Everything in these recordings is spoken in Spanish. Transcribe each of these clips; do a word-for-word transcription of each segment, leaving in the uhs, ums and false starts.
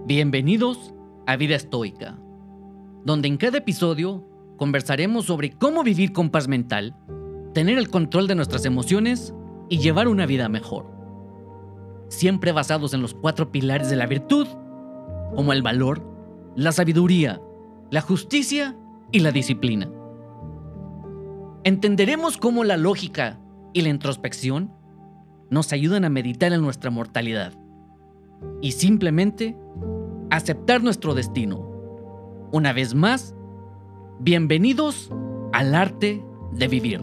Bienvenidos a Vida Estoica, donde en cada episodio conversaremos sobre cómo vivir con paz mental, tener el control de nuestras emociones y llevar una vida mejor. Siempre basados en los cuatro pilares de la virtud, como el valor, la sabiduría, la justicia y la disciplina. Entenderemos cómo la lógica y la introspección nos ayudan a meditar en nuestra mortalidad y simplemente aceptar nuestro destino. Una vez más, bienvenidos al arte de vivir.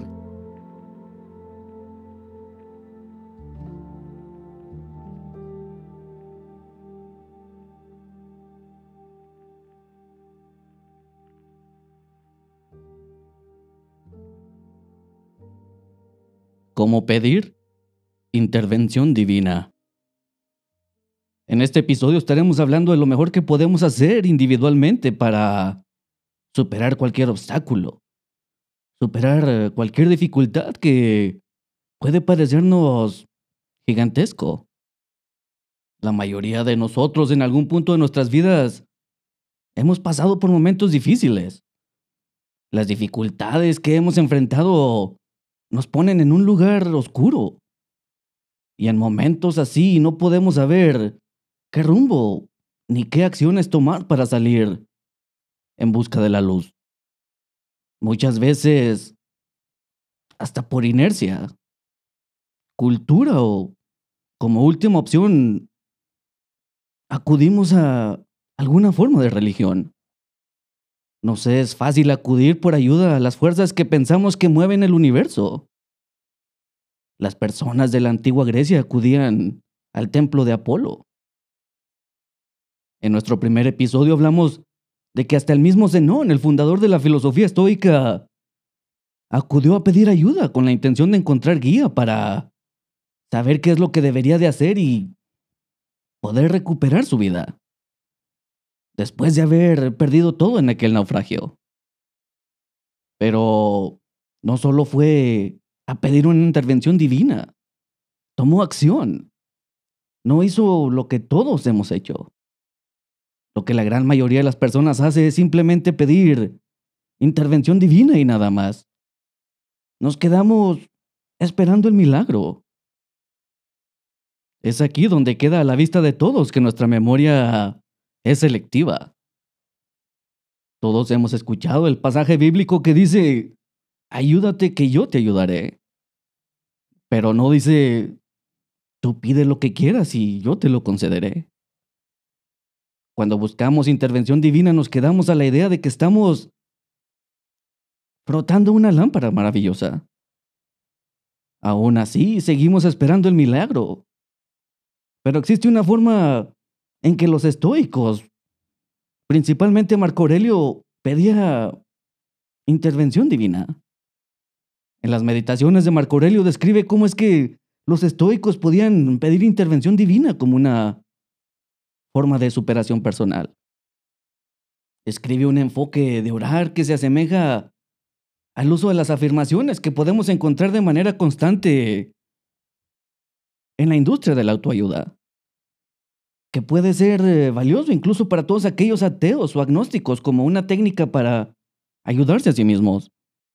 ¿Cómo pedir intervención divina? En este episodio estaremos hablando de lo mejor que podemos hacer individualmente para superar cualquier obstáculo, superar cualquier dificultad que puede parecernos gigantesco. La mayoría de nosotros en algún punto de nuestras vidas hemos pasado por momentos difíciles. Las dificultades que hemos enfrentado nos ponen en un lugar oscuro. Y en momentos así no podemos saber qué rumbo ni qué acciones tomar para salir en busca de la luz. Muchas veces, hasta por inercia, cultura o como última opción, acudimos a alguna forma de religión. Nos es fácil acudir por ayuda a las fuerzas que pensamos que mueven el universo. Las personas de la antigua Grecia acudían al templo de Apolo. En nuestro primer episodio hablamos de que hasta el mismo Zenón, el fundador de la filosofía estoica, acudió a pedir ayuda con la intención de encontrar guía para saber qué es lo que debería de hacer y poder recuperar su vida, después de haber perdido todo en aquel naufragio. Pero no solo fue a pedir una intervención divina, tomó acción. No hizo lo que todos hemos hecho. Lo que la gran mayoría de las personas hace es simplemente pedir intervención divina y nada más. Nos quedamos esperando el milagro. Es aquí donde queda a la vista de todos que nuestra memoria es selectiva. Todos hemos escuchado el pasaje bíblico que dice: ayúdate que yo te ayudaré. Pero no dice: tú pide lo que quieras y yo te lo concederé. Cuando buscamos intervención divina nos quedamos a la idea de que estamos frotando una lámpara maravillosa. Aún así, seguimos esperando el milagro. Pero existe una forma en que los estoicos, principalmente Marco Aurelio, pedía intervención divina. En las meditaciones de Marco Aurelio describe cómo es que los estoicos podían pedir intervención divina como una forma de superación personal. Escribe un enfoque de orar que se asemeja al uso de las afirmaciones que podemos encontrar de manera constante en la industria de la autoayuda, que puede ser eh, valioso incluso para todos aquellos ateos o agnósticos como una técnica para ayudarse a sí mismos.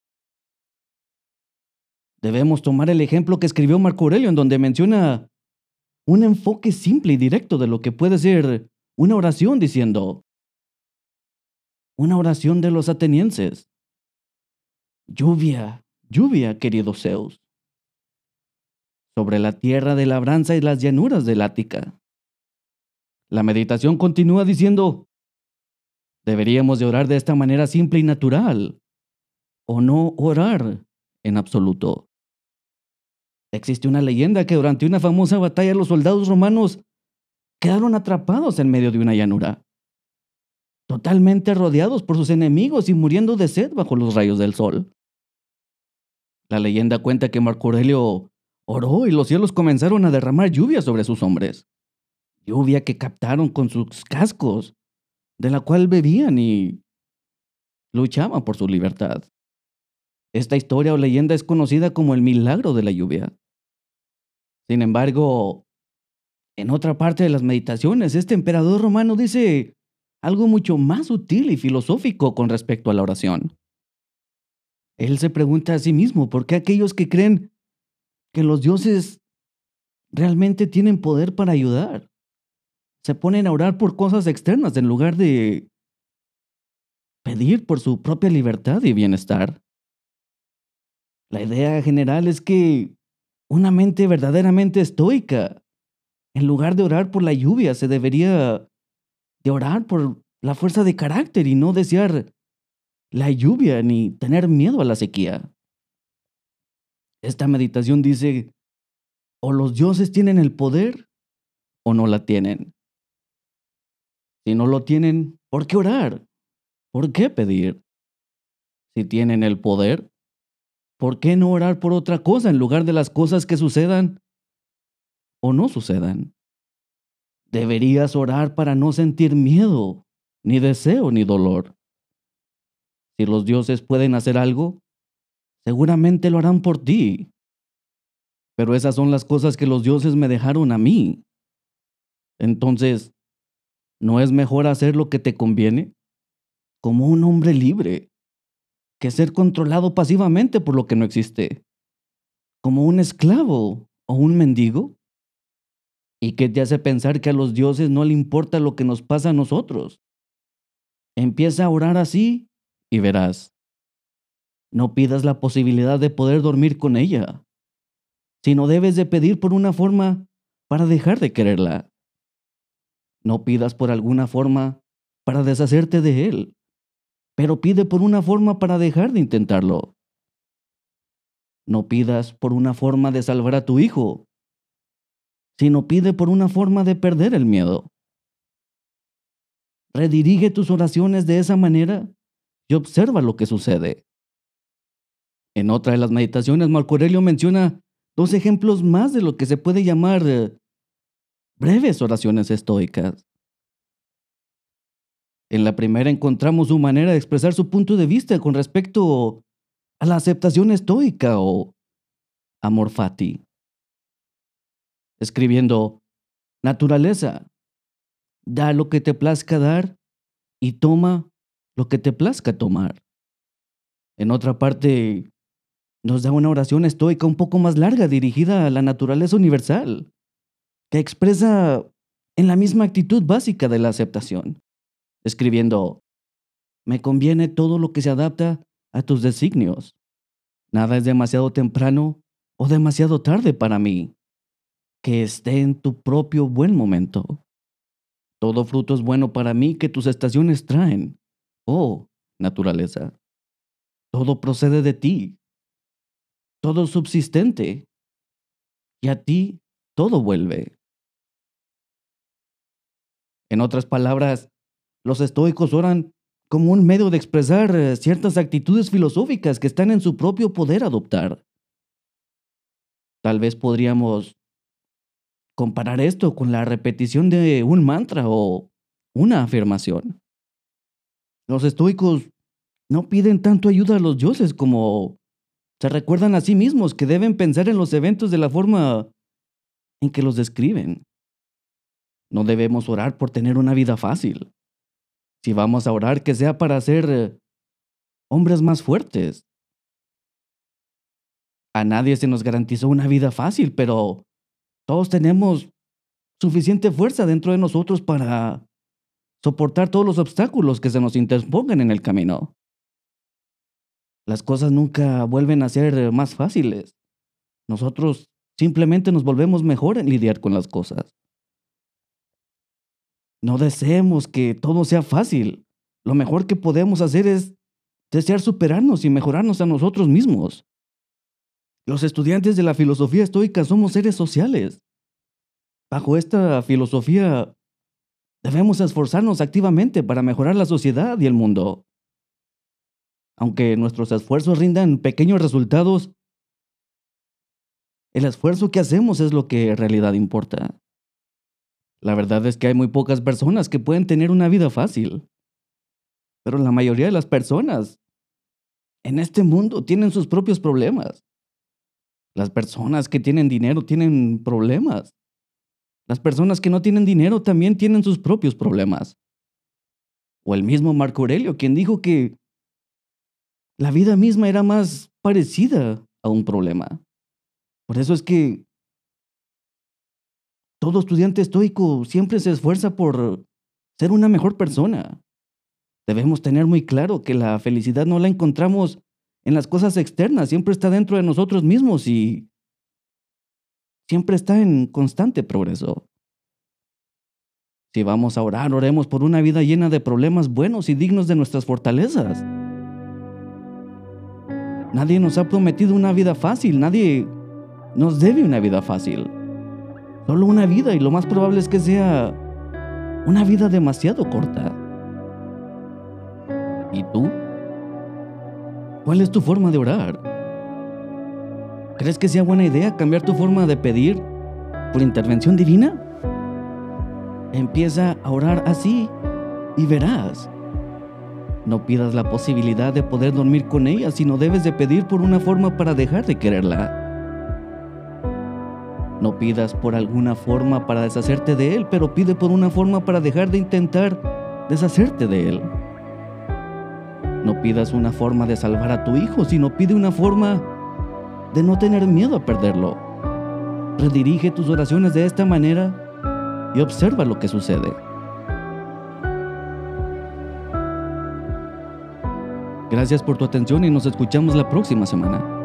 Debemos tomar el ejemplo que escribió Marco Aurelio, en donde menciona un enfoque simple y directo de lo que puede ser una oración, diciendo: una oración de los atenienses. Lluvia, lluvia, querido Zeus, sobre la tierra de labranza y las llanuras del Ática. La meditación continúa diciendo: deberíamos de orar de esta manera simple y natural, o no orar en absoluto. Existe una leyenda que durante una famosa batalla los soldados romanos quedaron atrapados en medio de una llanura, totalmente rodeados por sus enemigos y muriendo de sed bajo los rayos del sol. La leyenda cuenta que Marco Aurelio oró y los cielos comenzaron a derramar lluvia sobre sus hombres, lluvia que captaron con sus cascos, de la cual bebían y luchaban por su libertad. Esta historia o leyenda es conocida como el milagro de la lluvia. Sin embargo, En otra parte de las meditaciones, este emperador romano dice algo mucho más sutil y filosófico con respecto a la oración. Él se pregunta a sí mismo por qué aquellos que creen que los dioses realmente tienen poder para ayudar se ponen a orar por cosas externas en lugar de pedir por su propia libertad y bienestar. La idea general es que una mente verdaderamente estoica, en lugar de orar por la lluvia, se debería de orar por la fuerza de carácter y no desear la lluvia ni tener miedo a la sequía. Esta meditación dice, o los dioses tienen el poder o no la tienen. Si no lo tienen, ¿por qué orar? ¿Por qué pedir? Si tienen el poder, ¿por qué no orar por otra cosa en lugar de las cosas que sucedan o no sucedan? Deberías orar para no sentir miedo, ni deseo, ni dolor. Si los dioses pueden hacer algo, seguramente lo harán por ti. Pero esas son las cosas que los dioses me dejaron a mí. Entonces, ¿no es mejor hacer lo que te conviene? Como un hombre libre, que ser controlado pasivamente por lo que no existe. Como un esclavo o un mendigo. ¿Y qué te hace pensar que a los dioses no le importa lo que nos pasa a nosotros? Empieza a orar así y verás. No pidas la posibilidad de poder dormir con ella, sino debes de pedir por una forma para dejar de quererla. No pidas por alguna forma para deshacerte de él, pero pide por una forma para dejar de intentarlo. No pidas por una forma de salvar a tu hijo, sino pide por una forma de perder el miedo. Redirige tus oraciones de esa manera y observa lo que sucede. En otra de las meditaciones, Marco Aurelio menciona dos ejemplos más de lo que se puede llamar eh, breves oraciones estoicas. En la primera encontramos su manera de expresar su punto de vista con respecto a la aceptación estoica o amor fati, escribiendo, naturaleza, da lo que te plazca dar y toma lo que te plazca tomar. En otra parte, nos da una oración estoica un poco más larga dirigida a la naturaleza universal, que expresa en la misma actitud básica de la aceptación, escribiendo, me conviene todo lo que se adapta a tus designios. Nada es demasiado temprano o demasiado tarde para mí. Que esté en tu propio buen momento. Todo fruto es bueno para mí que tus estaciones traen. Oh, naturaleza. Todo procede de ti. Todo es subsistente. Y a ti todo vuelve. En otras palabras, los estoicos oran como un medio de expresar eh, ciertas actitudes filosóficas que están en su propio poder adoptar. Tal vez podríamos comparar esto con la repetición de un mantra o una afirmación. Los estoicos no piden tanto ayuda a los dioses como se recuerdan a sí mismos que deben pensar en los eventos de la forma en que los describen. No debemos orar por tener una vida fácil. Si vamos a orar, que sea para ser eh, hombres más fuertes. A nadie se nos garantizó una vida fácil, pero todos tenemos suficiente fuerza dentro de nosotros para soportar todos los obstáculos que se nos interpongan en el camino. Las cosas nunca vuelven a ser más fáciles. Nosotros simplemente nos volvemos mejor en lidiar con las cosas. No deseemos que todo sea fácil. Lo mejor que podemos hacer es desear superarnos y mejorarnos a nosotros mismos. Los estudiantes de la filosofía estoica somos seres sociales. Bajo esta filosofía debemos esforzarnos activamente para mejorar la sociedad y el mundo. Aunque nuestros esfuerzos rindan pequeños resultados, el esfuerzo que hacemos es lo que en realidad importa. La verdad es que hay muy pocas personas que pueden tener una vida fácil, pero la mayoría de las personas en este mundo tienen sus propios problemas. Las personas que tienen dinero tienen problemas. Las personas que no tienen dinero también tienen sus propios problemas. O el mismo Marco Aurelio, quien dijo que la vida misma era más parecida a un problema. Por eso es que todo estudiante estoico siempre se esfuerza por ser una mejor persona. Debemos tener muy claro que la felicidad no la encontramos en las cosas externas, siempre está dentro de nosotros mismos y siempre está en constante progreso. Si vamos a orar, oremos por una vida llena de problemas buenos y dignos de nuestras fortalezas. Nadie nos ha prometido una vida fácil, nadie nos debe una vida fácil. Solo una vida, y lo más probable es que sea una vida demasiado corta. ¿Y tú? ¿Cuál es tu forma de orar? ¿Crees que sea buena idea cambiar tu forma de pedir por intervención divina? Empieza a orar así y verás. No pidas la posibilidad de poder dormir con ella, sino debes de pedir por una forma para dejar de quererla. No pidas por alguna forma para deshacerte de él, pero pide por una forma para dejar de intentar deshacerte de él. No pidas una forma de salvar a tu hijo, sino pide una forma de no tener miedo a perderlo. Redirige tus oraciones de esta manera y observa lo que sucede. Gracias por tu atención y nos escuchamos la próxima semana.